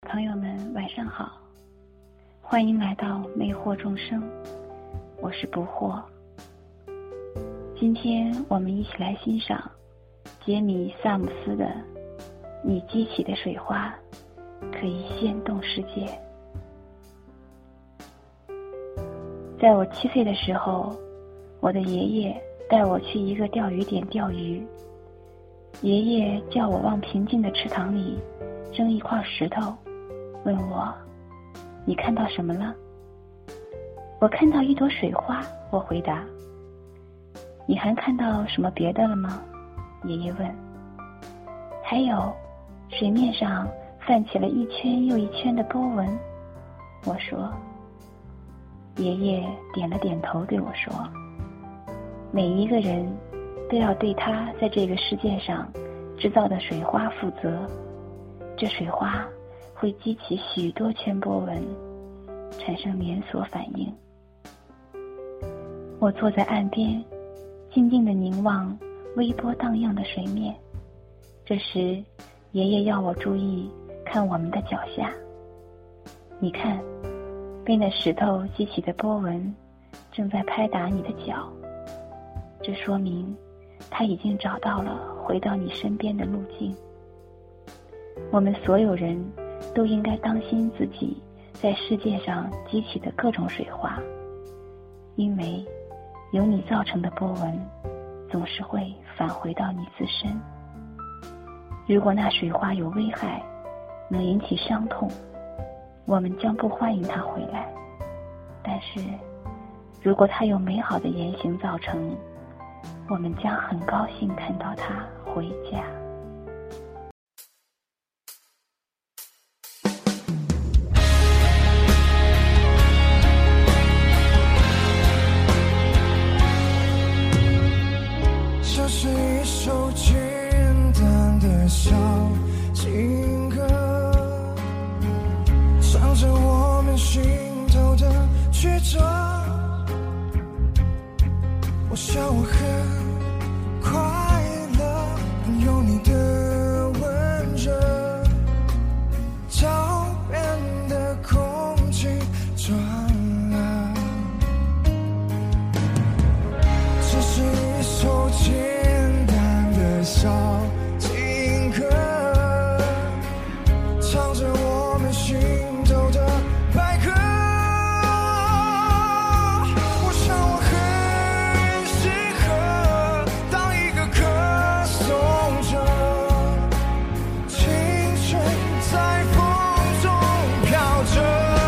朋友们晚上好，欢迎来到魅惑众生，我是不惑。今天我们一起来欣赏杰米·萨姆斯的《你激起的水花可以掀动世界》。在我7岁的时候，我的爷爷带我去一个钓鱼点钓鱼。爷爷叫我往平静的池塘里扔一块石头，问我：你看到什么了？我看到一朵水花，我回答。你还看到什么别的了吗？爷爷问。还有，水面上泛起了一圈又一圈的波纹，我说。爷爷点了点头对我说，每一个人都要对他在这个世界上制造的水花负责，这水花会激起许多圈波纹，产生连锁反应。我坐在岸边，静静地凝望微波荡漾的水面。这时，爷爷要我注意看我们的脚下。你看，被那石头激起的波纹正在拍打你的脚，这说明他已经找到了回到你身边的路径。我们所有人都应该当心自己在世界上激起的各种水花，因为由你造成的波纹总是会返回到你自身。如果那水花有危害，能引起伤痛，我们将不欢迎它回来。但是如果它有美好的言行造成，我们将很高兴看到它回家。 这是一首简单的小情歌，唱着我们心头的曲折。我想我很快乐，能有你的温热，脚边的空气转了。这是一首简单的小情歌，唱着我们心头的百合。我想我很适合当一个歌颂者，青春在风中飘着。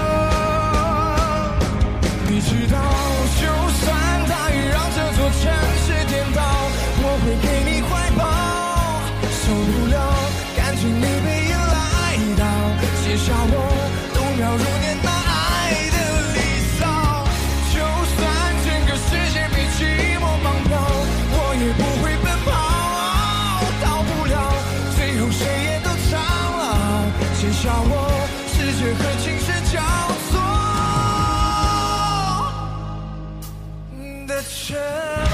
你知道，就算大雨让这座城市颠倒，我会给你怀抱，受不了感情里被依赖到，写下我动摇如年那爱的离骚。就算整个世界被寂寞绑票，我也不会奔跑，到不了最后谁也都长了，写下我世界和情是交错的城。